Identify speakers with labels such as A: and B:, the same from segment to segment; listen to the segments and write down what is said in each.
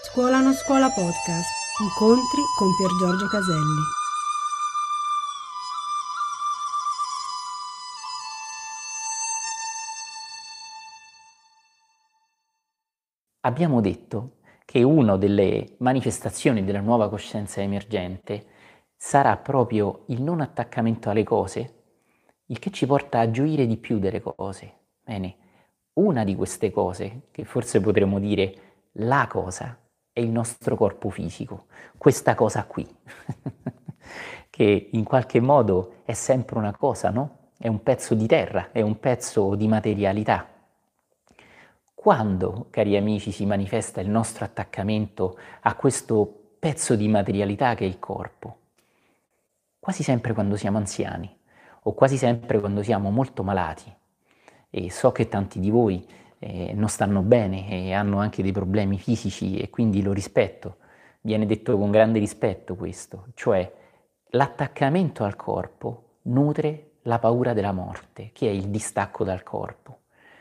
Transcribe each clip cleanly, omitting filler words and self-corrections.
A: Scuola non scuola podcast. Incontri con Pier Giorgio Caselli.
B: Abbiamo detto che una delle manifestazioni della nuova coscienza emergente sarà proprio il non attaccamento alle cose, il che ci porta a gioire di più delle cose. Bene, una di queste cose, che forse potremmo dire la cosa, è il nostro corpo fisico, questa cosa qui, che in qualche modo è sempre una cosa, no? È un pezzo di terra, è un pezzo di materialità. Quando, cari amici, si manifesta il nostro attaccamento a questo pezzo di materialità che è il corpo? Quasi sempre quando siamo anziani o quasi sempre quando siamo molto malati. E so che tanti di voi non stanno bene e hanno anche dei problemi fisici e quindi lo rispetto. Viene detto con grande rispetto questo, cioè l'attaccamento al corpo nutre la paura della morte, che è il distacco dal corpo.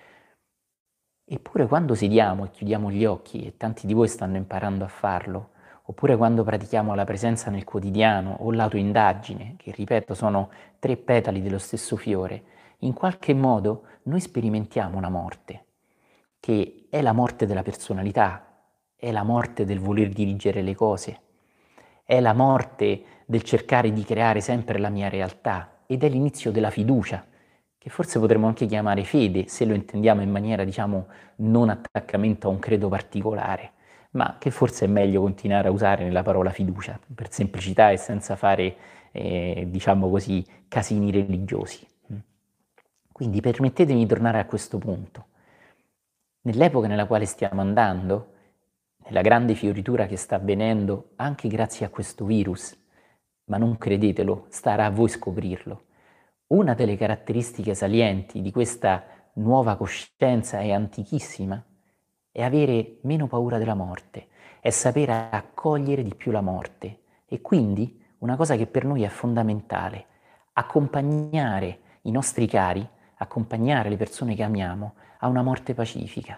B: Eppure quando sediamo e chiudiamo gli occhi, e tanti di voi stanno imparando a farlo, oppure quando pratichiamo la presenza nel quotidiano o l'autoindagine, che ripeto sono 3 petali dello stesso fiore, in qualche modo noi sperimentiamo una morte, che è la morte della personalità, è la morte del voler dirigere le cose, è la morte del cercare di creare sempre la mia realtà ed è l'inizio della fiducia, che forse potremmo anche chiamare fede, se lo intendiamo in maniera, diciamo, non attaccamento a un credo particolare, ma che forse è meglio continuare a usare nella parola fiducia, per semplicità e senza fare, diciamo così, casini religiosi. Quindi permettetemi di tornare a questo punto. Nell'epoca nella quale stiamo andando, nella grande fioritura che sta avvenendo anche grazie a questo virus, ma non credetelo, starà a voi scoprirlo. Una delle caratteristiche salienti di questa nuova coscienza è antichissima, è avere meno paura della morte, è sapere accogliere di più la morte e quindi una cosa che per noi è fondamentale, accompagnare i nostri cari, accompagnare le persone che amiamo a una morte pacifica.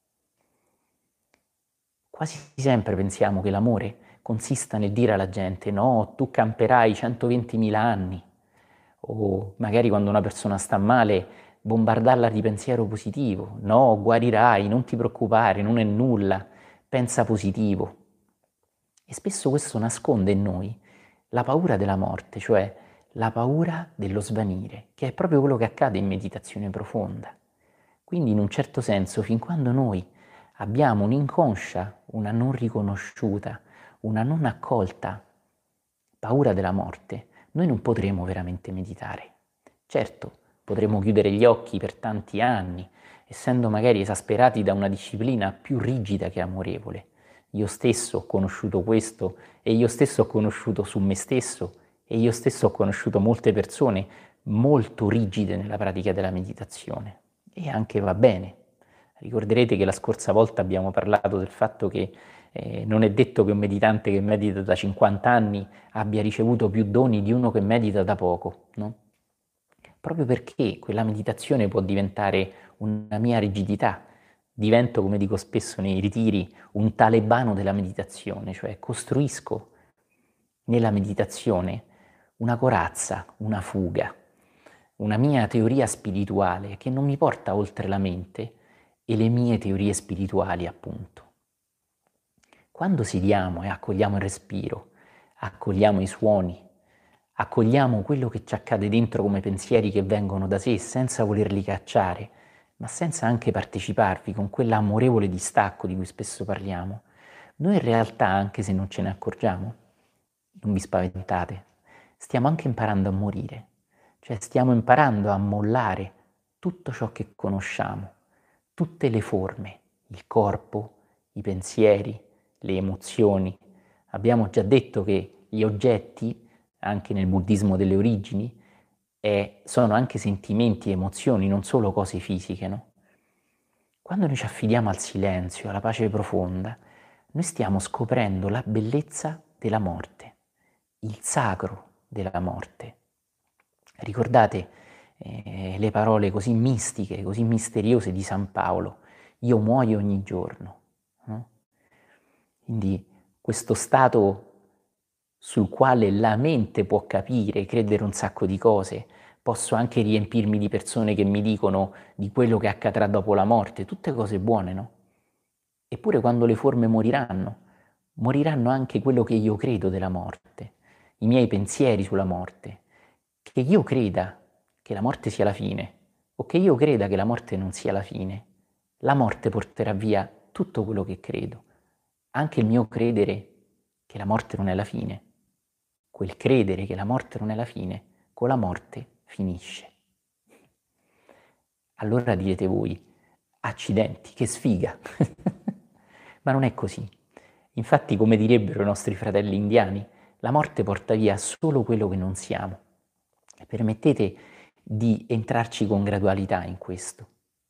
B: Quasi sempre pensiamo che l'amore consista nel dire alla gente no, tu camperai 120.000 anni, o magari quando una persona sta male bombardarla di pensiero positivo, no, guarirai, non ti preoccupare, non è nulla, pensa positivo. E spesso questo nasconde in noi la paura della morte, cioè la paura dello svanire, che è proprio quello che accade in meditazione profonda. Quindi in un certo senso, fin quando noi abbiamo un'inconscia, una non riconosciuta, una non accolta paura della morte, noi non potremo veramente meditare. Certo, potremo chiudere gli occhi per tanti anni, essendo magari esasperati da una disciplina più rigida che amorevole. Io stesso ho conosciuto questo e io stesso ho conosciuto su me stesso e io stesso ho conosciuto molte persone molto rigide nella pratica della meditazione. E anche va bene. Ricorderete che la scorsa volta abbiamo parlato del fatto che non è detto che un meditante che medita da 50 anni abbia ricevuto più doni di uno che medita da poco, no? Proprio perché quella meditazione può diventare una mia rigidità. Divento, come dico spesso nei ritiri, un talebano della meditazione, cioè costruisco nella meditazione una corazza, una fuga, una mia teoria spirituale che non mi porta oltre la mente e le mie teorie spirituali, appunto. Quando sediamo e accogliamo il respiro, accogliamo i suoni, accogliamo quello che ci accade dentro come pensieri che vengono da sé senza volerli cacciare, ma senza anche parteciparvi con quell'amorevole distacco di cui spesso parliamo, noi in realtà, anche se non ce ne accorgiamo, non vi spaventate, stiamo anche imparando a morire, cioè stiamo imparando a mollare tutto ciò che conosciamo, tutte le forme, il corpo, i pensieri, le emozioni. Abbiamo già detto che gli oggetti, anche nel buddismo delle origini, sono anche sentimenti e emozioni, non solo cose fisiche, no? Quando noi ci affidiamo al silenzio, alla pace profonda, noi stiamo scoprendo la bellezza della morte, il sacro della morte. Ricordate le parole così mistiche, così misteriose di San Paolo, io muoio ogni giorno, no? Quindi questo stato sul quale la mente può capire, credere un sacco di cose, posso anche riempirmi di persone che mi dicono di quello che accadrà dopo la morte, tutte cose buone, no? Eppure quando le forme moriranno anche quello che io credo della morte, i miei pensieri sulla morte, che io creda che la morte sia la fine o che io creda che la morte non sia la fine, la morte porterà via tutto quello che credo, anche il mio credere che la morte non è la fine. Quel credere che la morte non è la fine, con la morte finisce. Allora direte voi, accidenti, che sfiga! Ma non è così. Infatti, come direbbero i nostri fratelli indiani, la morte porta via solo quello che non siamo. Permettete di entrarci con gradualità in questo.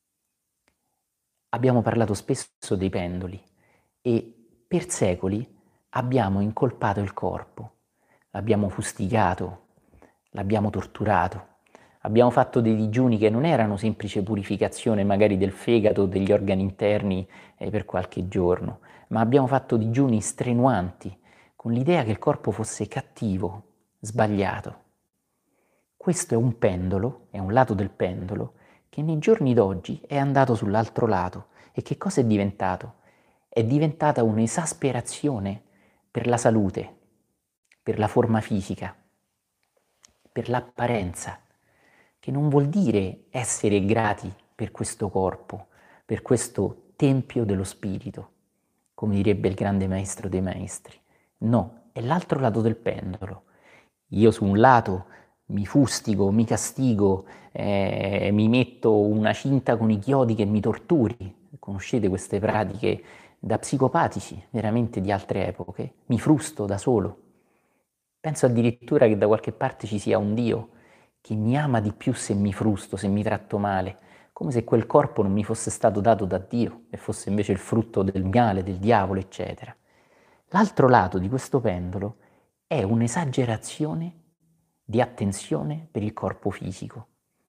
B: Abbiamo parlato spesso dei pendoli e per secoli abbiamo incolpato il corpo, l'abbiamo fustigato, l'abbiamo torturato, abbiamo fatto dei digiuni che non erano semplice purificazione magari del fegato o degli organi interni per qualche giorno, ma abbiamo fatto digiuni strenuanti con l'idea che il corpo fosse cattivo, sbagliato. Questo è un pendolo, è un lato del pendolo, che nei giorni d'oggi è andato sull'altro lato. E che cosa è diventato? È diventata un'esasperazione per la salute, per la forma fisica, per l'apparenza, che non vuol dire essere grati per questo corpo, per questo tempio dello spirito, come direbbe il grande maestro dei maestri. No, è l'altro lato del pendolo. Io su un lato mi fustigo, mi castigo, mi metto una cinta con i chiodi che mi torturi. Conoscete queste pratiche da psicopatici, veramente di altre epoche? Mi frusto da solo. Penso addirittura che da qualche parte ci sia un Dio che mi ama di più se mi frusto, se mi tratto male, come se quel corpo non mi fosse stato dato da Dio e fosse invece il frutto del male, del diavolo, eccetera. L'altro lato di questo pendolo è un'esagerazione di attenzione per il corpo fisico,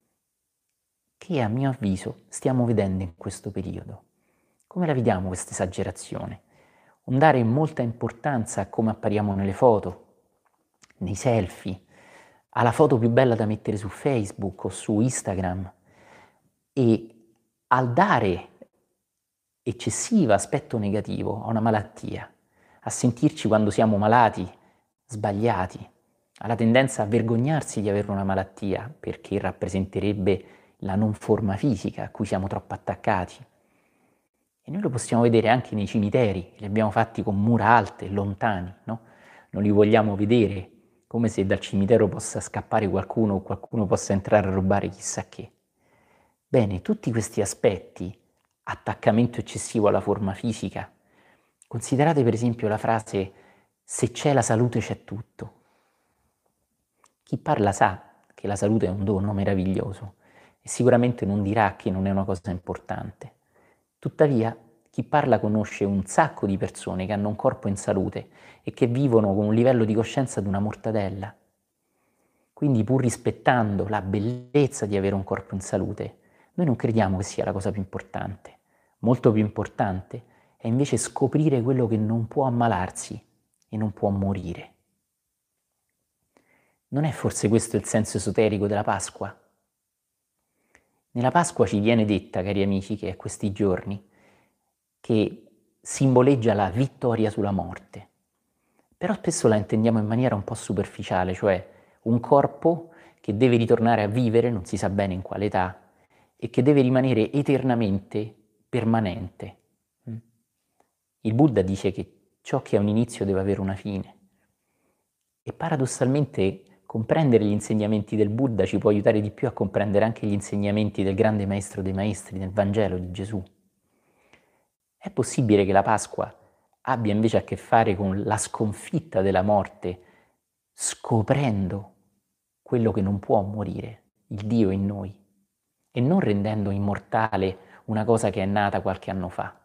B: che a mio avviso stiamo vedendo in questo periodo. Come la vediamo questa esagerazione? Un dare molta importanza a come appariamo nelle foto, nei selfie, alla foto più bella da mettere su Facebook o su Instagram e al dare eccessivo aspetto negativo a una malattia, a sentirci quando siamo malati, sbagliati, alla tendenza a vergognarsi di avere una malattia perché rappresenterebbe la non forma fisica a cui siamo troppo attaccati. E noi lo possiamo vedere anche nei cimiteri, li abbiamo fatti con mura alte, lontani, no? Non li vogliamo vedere come se dal cimitero possa scappare qualcuno o qualcuno possa entrare a rubare chissà che. Bene, tutti questi aspetti, attaccamento eccessivo alla forma fisica, considerate per esempio la frase se c'è la salute c'è tutto. Chi parla sa che la salute è un dono meraviglioso e sicuramente non dirà che non è una cosa importante. Tuttavia, chi parla conosce un sacco di persone che hanno un corpo in salute e che vivono con un livello di coscienza di una mortadella. Quindi, pur rispettando la bellezza di avere un corpo in salute, noi non crediamo che sia la cosa più importante. Molto più importante è invece scoprire quello che non può ammalarsi e non può morire. Non è forse questo il senso esoterico della Pasqua? Nella Pasqua ci viene detta, cari amici, che è questi giorni, che simboleggia la vittoria sulla morte. Però spesso la intendiamo in maniera un po' superficiale, cioè un corpo che deve ritornare a vivere, non si sa bene in quale età, e che deve rimanere eternamente permanente. Il Buddha dice che ciò che ha un inizio deve avere una fine. E paradossalmente comprendere gli insegnamenti del Buddha ci può aiutare di più a comprendere anche gli insegnamenti del grande maestro dei maestri, nel Vangelo di Gesù. È possibile che la Pasqua abbia invece a che fare con la sconfitta della morte, scoprendo quello che non può morire, il Dio in noi, e non rendendo immortale una cosa che è nata qualche anno fa.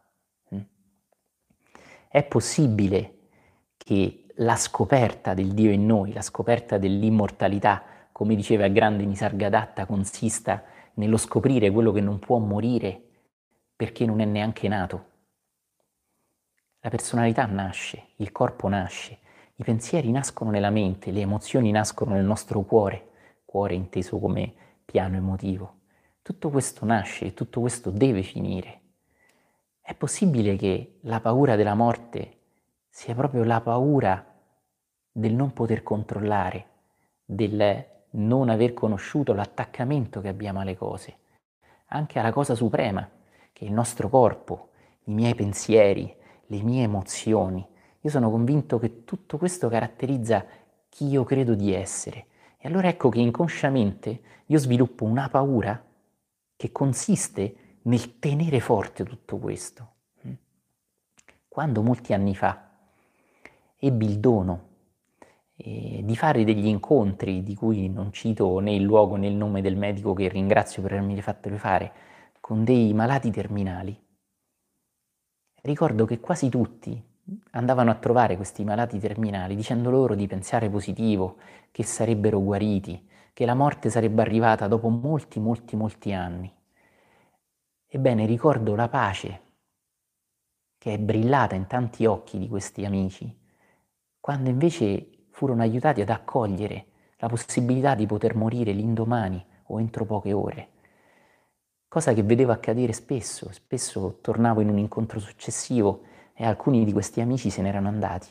B: È possibile che la scoperta del Dio in noi, la scoperta dell'immortalità, come diceva il grande Nisargadatta, consista nello scoprire quello che non può morire perché non è neanche nato. La personalità nasce, il corpo nasce, i pensieri nascono nella mente, le emozioni nascono nel nostro cuore, cuore inteso come piano emotivo. Tutto questo nasce e tutto questo deve finire. È possibile che la paura della morte sia proprio la paura del non poter controllare, del non aver conosciuto l'attaccamento che abbiamo alle cose, anche alla cosa suprema, che è il nostro corpo, i miei pensieri, le mie emozioni. Io sono convinto che tutto questo caratterizza chi io credo di essere. E allora ecco che inconsciamente io sviluppo una paura che consiste nel tenere forte tutto questo. Quando molti anni fa ebbi il dono di fare degli incontri, di cui non cito né il luogo né il nome del medico che ringrazio per avermi fatto fare, con dei malati terminali, ricordo che quasi tutti andavano a trovare questi malati terminali dicendo loro di pensare positivo, che sarebbero guariti, che la morte sarebbe arrivata dopo molti anni. Ebbene, ricordo la pace che è brillata in tanti occhi di questi amici, quando invece furono aiutati ad accogliere la possibilità di poter morire l'indomani o entro poche ore. Cosa che vedevo accadere spesso tornavo in un incontro successivo e alcuni di questi amici se n'erano andati.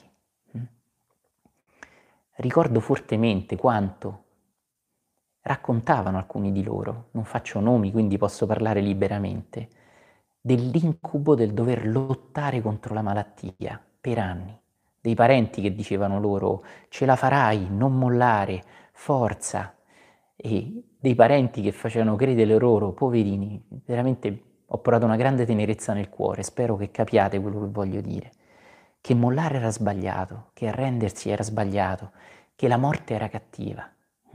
B: Ricordo fortemente quanto raccontavano alcuni di loro, non faccio nomi quindi posso parlare liberamente, dell'incubo del dover lottare contro la malattia per anni, dei parenti che dicevano loro ce la farai, non mollare, forza, e dei parenti che facevano credere loro, poverini, veramente ho provato una grande tenerezza nel cuore, spero che capiate quello che voglio dire, che mollare era sbagliato, che arrendersi era sbagliato, che la morte era cattiva.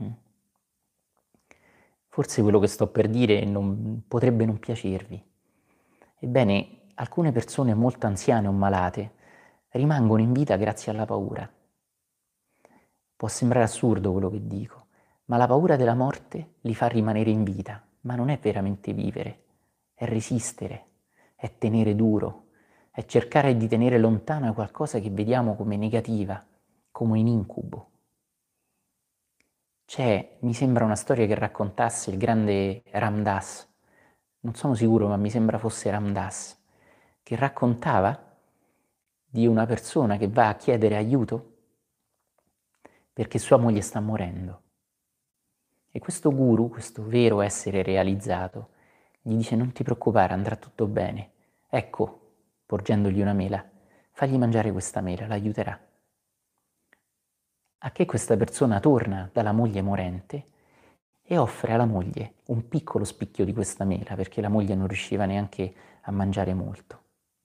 B: Forse quello che sto per dire potrebbe non piacervi. Ebbene, alcune persone molto anziane o malate rimangono in vita grazie alla paura. Può sembrare assurdo quello che dico, ma la paura della morte li fa rimanere in vita, ma non è veramente vivere, è resistere, è tenere duro, è cercare di tenere lontana qualcosa che vediamo come negativa, come un incubo. Mi sembra una storia che raccontasse il grande Ram Dass, non sono sicuro ma mi sembra fosse Ram Dass, che raccontava di una persona che va a chiedere aiuto perché sua moglie sta morendo. E questo guru, questo vero essere realizzato, gli dice non ti preoccupare, andrà tutto bene. Ecco, porgendogli una mela, fagli mangiare questa mela, l'aiuterà. A che questa persona torna dalla moglie morente e offre alla moglie un piccolo spicchio di questa mela, perché la moglie non riusciva neanche a mangiare molto.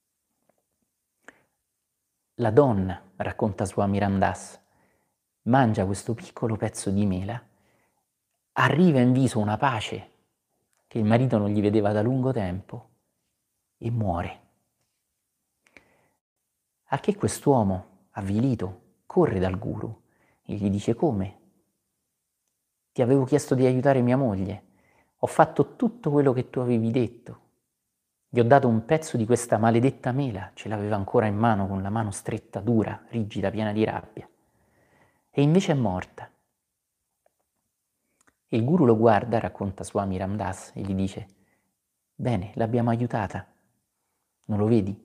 B: La donna, racconta Swami Ram Dass, mangia questo piccolo pezzo di mela, arriva in viso una pace che il marito non gli vedeva da lungo tempo e muore. A che quest'uomo, avvilito, corre dal guru e gli dice come? Ti avevo chiesto di aiutare mia moglie, ho fatto tutto quello che tu avevi detto, gli ho dato un pezzo di questa maledetta mela, ce l'aveva ancora in mano con la mano stretta, dura, rigida, piena di rabbia, e invece è morta. Il guru lo guarda, racconta Swami Ram Dass, e gli dice bene, l'abbiamo aiutata, non lo vedi?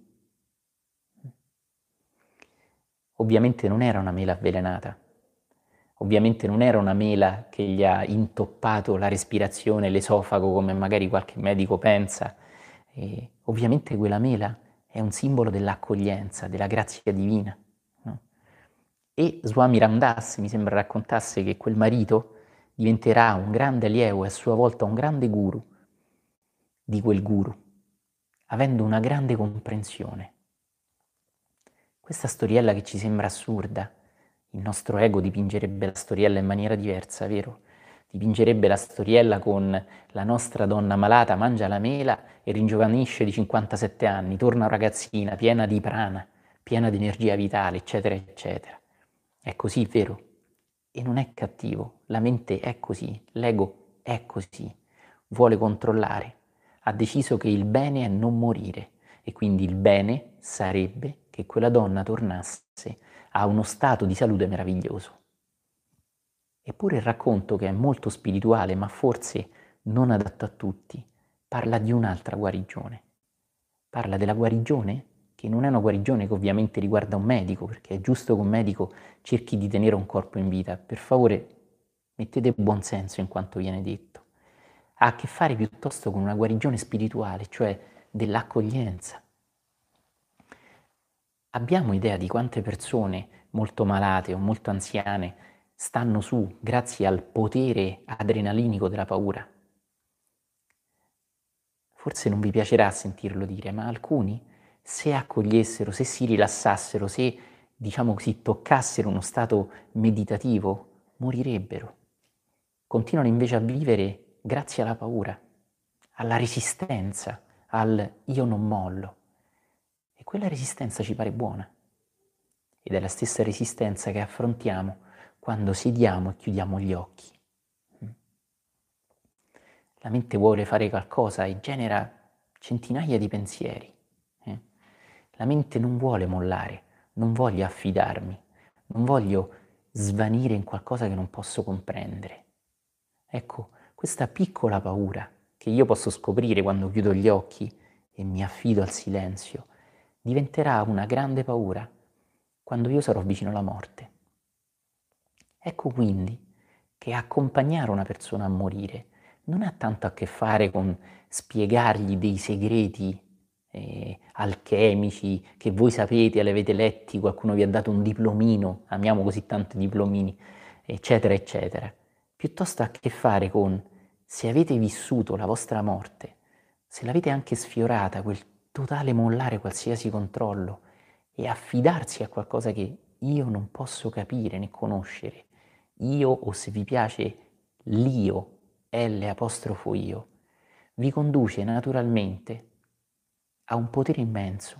B: Ovviamente non era una mela avvelenata, ovviamente non era una mela che gli ha intoppato la respirazione, l'esofago come magari qualche medico pensa, e ovviamente quella mela è un simbolo dell'accoglienza, della grazia divina. No? E Swami Ram Dass mi sembra raccontasse che quel marito diventerà un grande allievo e a sua volta un grande guru di quel guru, avendo una grande comprensione. Questa storiella che ci sembra assurda, il nostro ego dipingerebbe la storiella in maniera diversa, vero? Dipingerebbe la storiella con la nostra donna malata, mangia la mela e ringiovanisce di 57 anni, torna ragazzina, piena di prana, piena di energia vitale, eccetera, eccetera. È così, vero? E non è cattivo, la mente è così, l'ego è così, vuole controllare, ha deciso che il bene è non morire e quindi il bene sarebbe che quella donna tornasse a uno stato di salute meraviglioso. Eppure il racconto, che è molto spirituale, ma forse non adatto a tutti, parla di un'altra guarigione. Parla della guarigione che non è una guarigione che ovviamente riguarda un medico, perché è giusto che un medico cerchi di tenere un corpo in vita. Per favore, mettete buon senso in quanto viene detto. Ha a che fare piuttosto con una guarigione spirituale, cioè dell'accoglienza. Abbiamo idea di quante persone molto malate o molto anziane stanno su grazie al potere adrenalinico della paura? Forse non vi piacerà sentirlo dire, ma alcuni, se accogliessero, se si rilassassero, se, diciamo così, toccassero uno stato meditativo, morirebbero. Continuano invece a vivere grazie alla paura, alla resistenza, al io non mollo. E quella resistenza ci pare buona. Ed è la stessa resistenza che affrontiamo quando sediamo e chiudiamo gli occhi. La mente vuole fare qualcosa e genera centinaia di pensieri. La mente non vuole mollare, non voglio affidarmi, non voglio svanire in qualcosa che non posso comprendere. Ecco, questa piccola paura che io posso scoprire quando chiudo gli occhi e mi affido al silenzio, diventerà una grande paura quando io sarò vicino alla morte. Ecco quindi che accompagnare una persona a morire non ha tanto a che fare con spiegargli dei segreti alchemici che voi sapete, li avete letti, qualcuno vi ha dato un diplomino, amiamo così tanto i diplomini, eccetera, eccetera. Piuttosto ha a che fare con, se avete vissuto la vostra morte, se l'avete anche sfiorata, quel totale mollare qualsiasi controllo e affidarsi a qualcosa che io non posso capire né conoscere, io, o se vi piace l'io, L', vi conduce naturalmente a un potere immenso.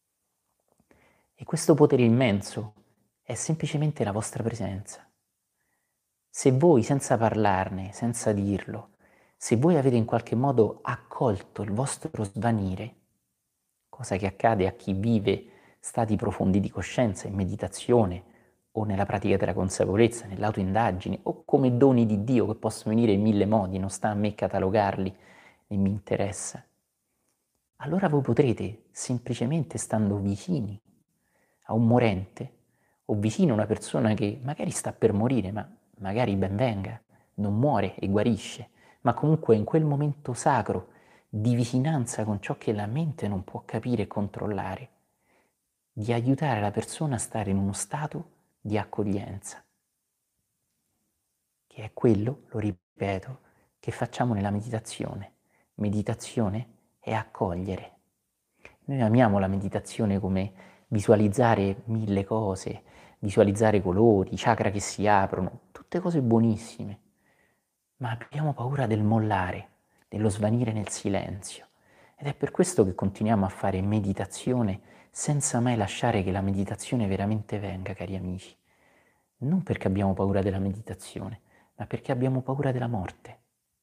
B: E questo potere immenso è semplicemente la vostra presenza. Se voi, senza parlarne, senza dirlo, se voi avete in qualche modo accolto il vostro svanire, cosa che accade a chi vive stati profondi di coscienza in meditazione o nella pratica della consapevolezza, nell'autoindagine o come doni di Dio che possono venire in mille modi, non sta a me catalogarli né mi interessa. Allora voi potrete, semplicemente stando vicini a un morente o vicino a una persona che magari sta per morire, ma magari ben venga, non muore e guarisce, ma comunque in quel momento sacro di vicinanza con ciò che la mente non può capire e controllare, di aiutare la persona a stare in uno stato di accoglienza, che è quello, lo ripeto, che facciamo nella meditazione. Meditazione è accogliere. Noi amiamo la meditazione come visualizzare mille cose, visualizzare colori, chakra che si aprono, tutte cose buonissime, ma abbiamo paura del mollare, dello svanire nel silenzio. Ed è per questo che continuiamo a fare meditazione senza mai lasciare che la meditazione veramente venga, cari amici. Non perché abbiamo paura della meditazione, ma perché abbiamo paura della morte.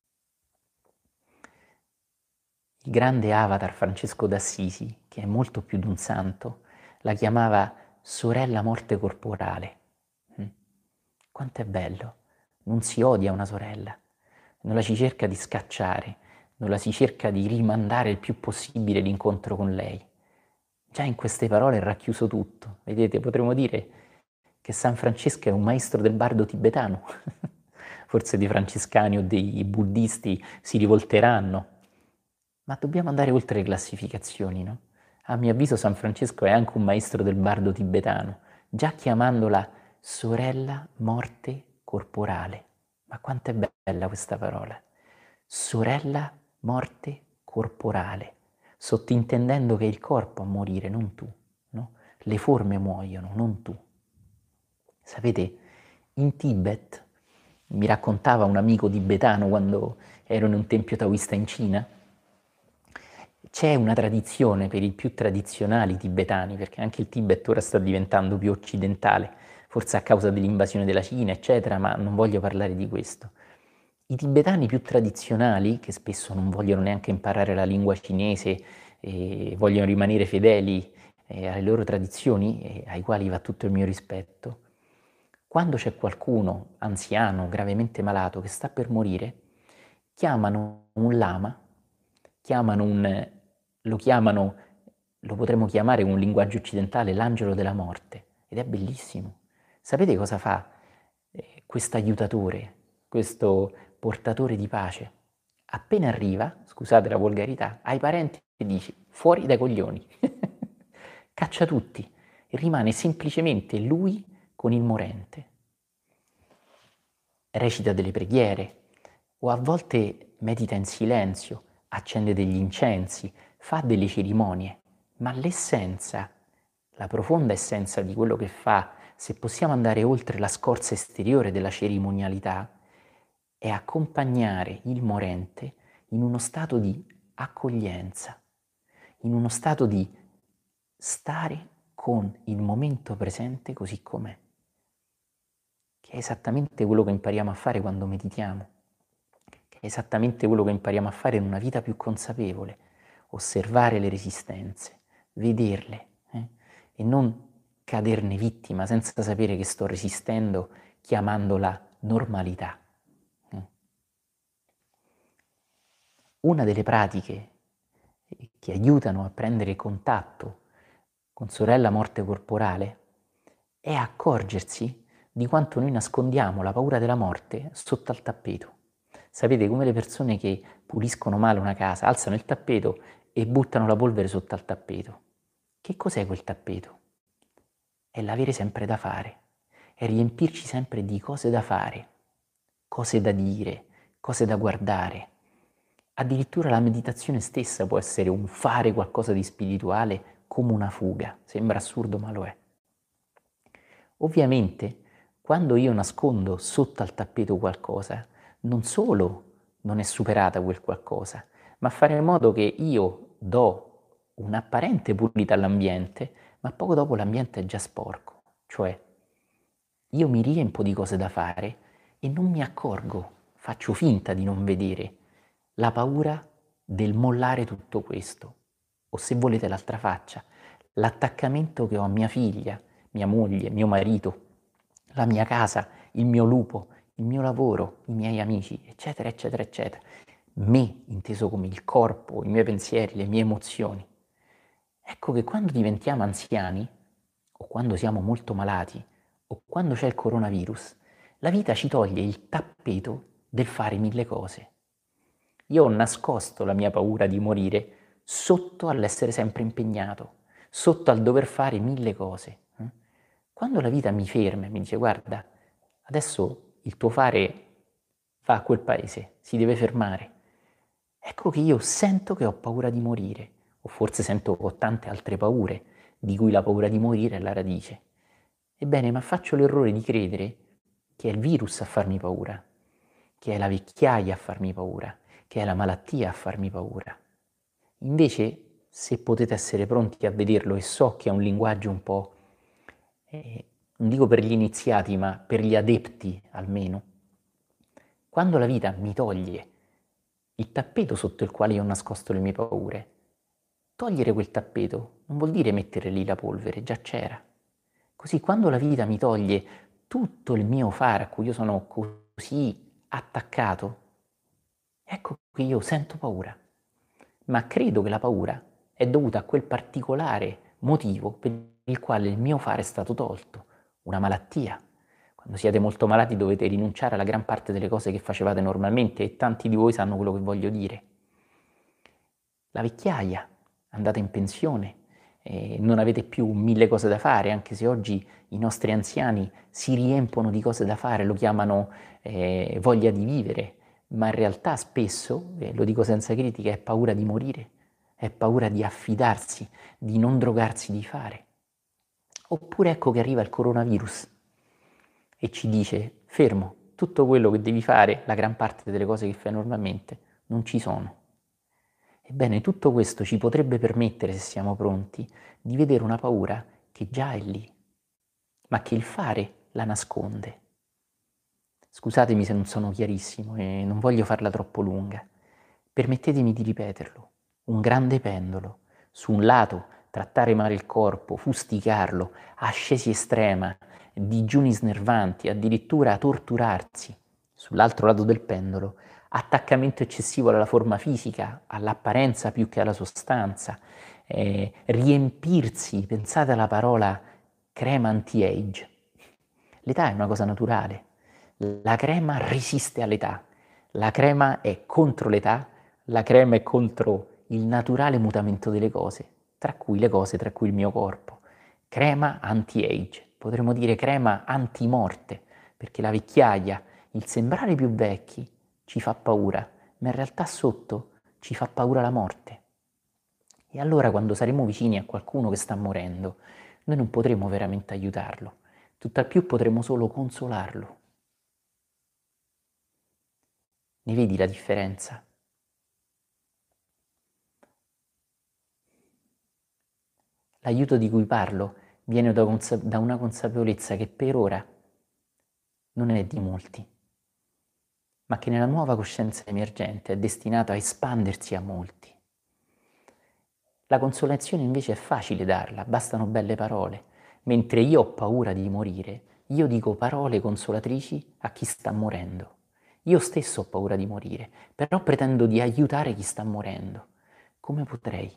B: Il grande avatar Francesco d'Assisi, che è molto più di un santo, la chiamava sorella morte corporale. Quanto è bello! Non si odia una sorella, non la si cerca di scacciare, non la si cerca di rimandare il più possibile l'incontro con lei. Già in queste parole è racchiuso tutto. Vedete, potremmo dire che San Francesco è un maestro del bardo tibetano. Forse dei francescani o dei buddisti si rivolteranno. Ma dobbiamo andare oltre le classificazioni, no? A mio avviso San Francesco è anche un maestro del bardo tibetano, già chiamandola sorella morte corporale. Ma quanto è bella questa parola! Sorella morte corporale, sottintendendo che è il corpo a morire, non tu, no? Le forme muoiono, non tu. Sapete, in Tibet, mi raccontava un amico tibetano quando ero in un tempio taoista in Cina, c'è una tradizione per i più tradizionali tibetani, perché anche il Tibet ora sta diventando più occidentale, forse a causa dell'invasione della Cina, eccetera, ma non voglio parlare di questo. I tibetani più tradizionali, che spesso non vogliono neanche imparare la lingua cinese e vogliono rimanere fedeli alle loro tradizioni, ai quali va tutto il mio rispetto, quando c'è qualcuno anziano, gravemente malato, che sta per morire, chiamano un lama, lo potremmo chiamare con un linguaggio occidentale l'angelo della morte, ed è bellissimo. Sapete cosa fa questo aiutatore, questo portatore di pace? Appena arriva, scusate la volgarità, ai parenti e dici fuori dai coglioni, caccia tutti, e rimane semplicemente lui con il morente. Recita delle preghiere o a volte medita in silenzio, accende degli incensi, fa delle cerimonie, ma l'essenza, la profonda essenza di quello che fa, se possiamo andare oltre la scorza esteriore della cerimonialità, è accompagnare il morente in uno stato di accoglienza, in uno stato di stare con il momento presente così com'è, che è esattamente quello che impariamo a fare quando meditiamo, che è esattamente quello che impariamo a fare in una vita più consapevole, osservare le resistenze, vederle, e non caderne vittima senza sapere che sto resistendo, chiamandola normalità. Una delle pratiche che aiutano a prendere contatto con sorella morte corporale è accorgersi di quanto noi nascondiamo la paura della morte sotto al tappeto. Sapete, come le persone che puliscono male una casa, alzano il tappeto e buttano la polvere sotto al tappeto. Che cos'è quel tappeto? È l'avere sempre da fare, è riempirci sempre di cose da fare, cose da dire, cose da guardare. Addirittura la meditazione stessa può essere un fare qualcosa di spirituale come una fuga. Sembra assurdo, ma lo è. Ovviamente, quando io nascondo sotto al tappeto qualcosa, non solo non è superata quel qualcosa, ma fare in modo che io do un'apparente pulita all'ambiente, ma poco dopo l'ambiente è già sporco. Cioè, io mi riempo di cose da fare e non mi accorgo, faccio finta di non vedere la paura del mollare tutto questo, o se volete l'altra faccia, l'attaccamento che ho a mia figlia, mia moglie, mio marito, la mia casa, il mio lupo, il mio lavoro, i miei amici, eccetera, eccetera, eccetera. Me, inteso come il corpo, i miei pensieri, le mie emozioni. Ecco che quando diventiamo anziani, o quando siamo molto malati, o quando c'è il coronavirus, la vita ci toglie il tappeto del fare mille cose. Io ho nascosto la mia paura di morire sotto all'essere sempre impegnato, sotto al dover fare mille cose. Quando la vita mi ferma e mi dice guarda, adesso il tuo fare va a quel paese, si deve fermare, ecco che io sento che ho paura di morire, o forse sento che ho tante altre paure, di cui la paura di morire è la radice. Ebbene, ma faccio l'errore di credere che è il virus a farmi paura, che è la vecchiaia a farmi paura, che è la malattia a farmi paura. Invece, se potete essere pronti a vederlo, e so che è un linguaggio un po', non dico per gli iniziati, ma per gli adepti almeno, quando la vita mi toglie il tappeto sotto il quale io ho nascosto le mie paure, togliere quel tappeto non vuol dire mettere lì la polvere, già c'era. Così quando la vita mi toglie tutto il mio fare a cui io sono così attaccato, ecco che io sento paura, ma credo che la paura è dovuta a quel particolare motivo per il quale il mio fare è stato tolto, una malattia. Quando siete molto malati dovete rinunciare alla gran parte delle cose che facevate normalmente e tanti di voi sanno quello che voglio dire. La vecchiaia, andate in pensione, non avete più mille cose da fare, anche se oggi i nostri anziani si riempono di cose da fare, lo chiamano voglia di vivere, ma in realtà spesso, lo dico senza critica, è paura di morire, è paura di affidarsi, di non drogarsi di fare. Oppure ecco che arriva il coronavirus e ci dice fermo, tutto quello che devi fare, la gran parte delle cose che fai normalmente, non ci sono. Ebbene, tutto questo ci potrebbe permettere, se siamo pronti, di vedere una paura che già è lì, ma che il fare la nasconde. Scusatemi se non sono chiarissimo e non voglio farla troppo lunga. Permettetemi di ripeterlo. Un grande pendolo. Su un lato trattare male il corpo, fustigarlo, ascesi estrema, digiuni snervanti, addirittura torturarsi. Sull'altro lato del pendolo, attaccamento eccessivo alla forma fisica, all'apparenza più che alla sostanza, riempirsi, pensate alla parola crema anti-age. L'età è una cosa naturale, la crema resiste all'età, la crema è contro l'età, la crema è contro il naturale mutamento delle cose, tra cui le cose, tra cui il mio corpo. Crema anti-age, potremmo dire crema anti-morte, perché la vecchiaia, il sembrare più vecchi, ci fa paura, ma in realtà sotto ci fa paura la morte. E allora quando saremo vicini a qualcuno che sta morendo, noi non potremo veramente aiutarlo, tutt'al più potremo solo consolarlo. Ne vedi la differenza? L'aiuto di cui parlo viene da una consapevolezza che per ora non è di molti, ma che nella nuova coscienza emergente è destinato a espandersi a molti. La consolazione invece è facile darla, bastano belle parole. Mentre io ho paura di morire, io dico parole consolatrici a chi sta morendo. Io stesso ho paura di morire, però pretendo di aiutare chi sta morendo. Come potrei?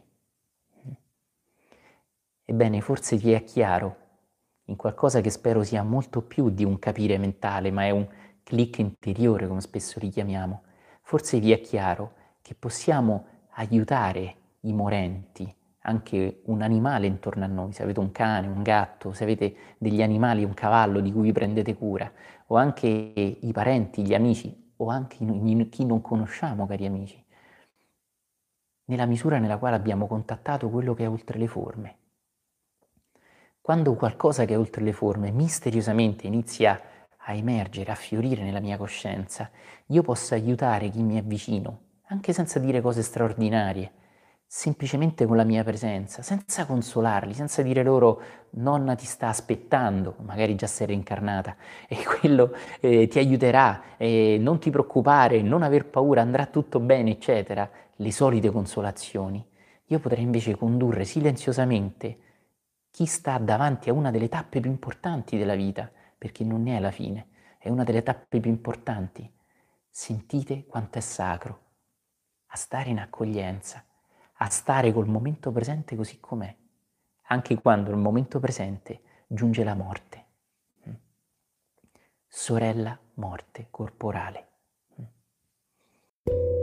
B: Ebbene, forse ti è chiaro, in qualcosa che spero sia molto più di un capire mentale, ma è un click interiore, come spesso li chiamiamo. Forse vi è chiaro che possiamo aiutare i morenti, anche un animale intorno a noi, se avete un cane, un gatto, se avete degli animali, un cavallo di cui vi prendete cura, o anche i parenti, gli amici, o anche chi non conosciamo, cari amici, nella misura nella quale abbiamo contattato quello che è oltre le forme. Quando qualcosa che è oltre le forme misteriosamente inizia a emergere, a fiorire nella mia coscienza, io posso aiutare chi mi è vicino, anche senza dire cose straordinarie, semplicemente con la mia presenza, senza consolarli, senza dire loro nonna ti sta aspettando, magari già sei reincarnata, e quello ti aiuterà, non ti preoccupare, non aver paura, andrà tutto bene, eccetera, le solite consolazioni. Io potrei invece condurre silenziosamente chi sta davanti a una delle tappe più importanti della vita, perché non ne è la fine, è una delle tappe più importanti. Sentite quanto è sacro, a stare in accoglienza, a stare col momento presente così com'è, anche quando il momento presente giunge la morte. Sorella morte corporale.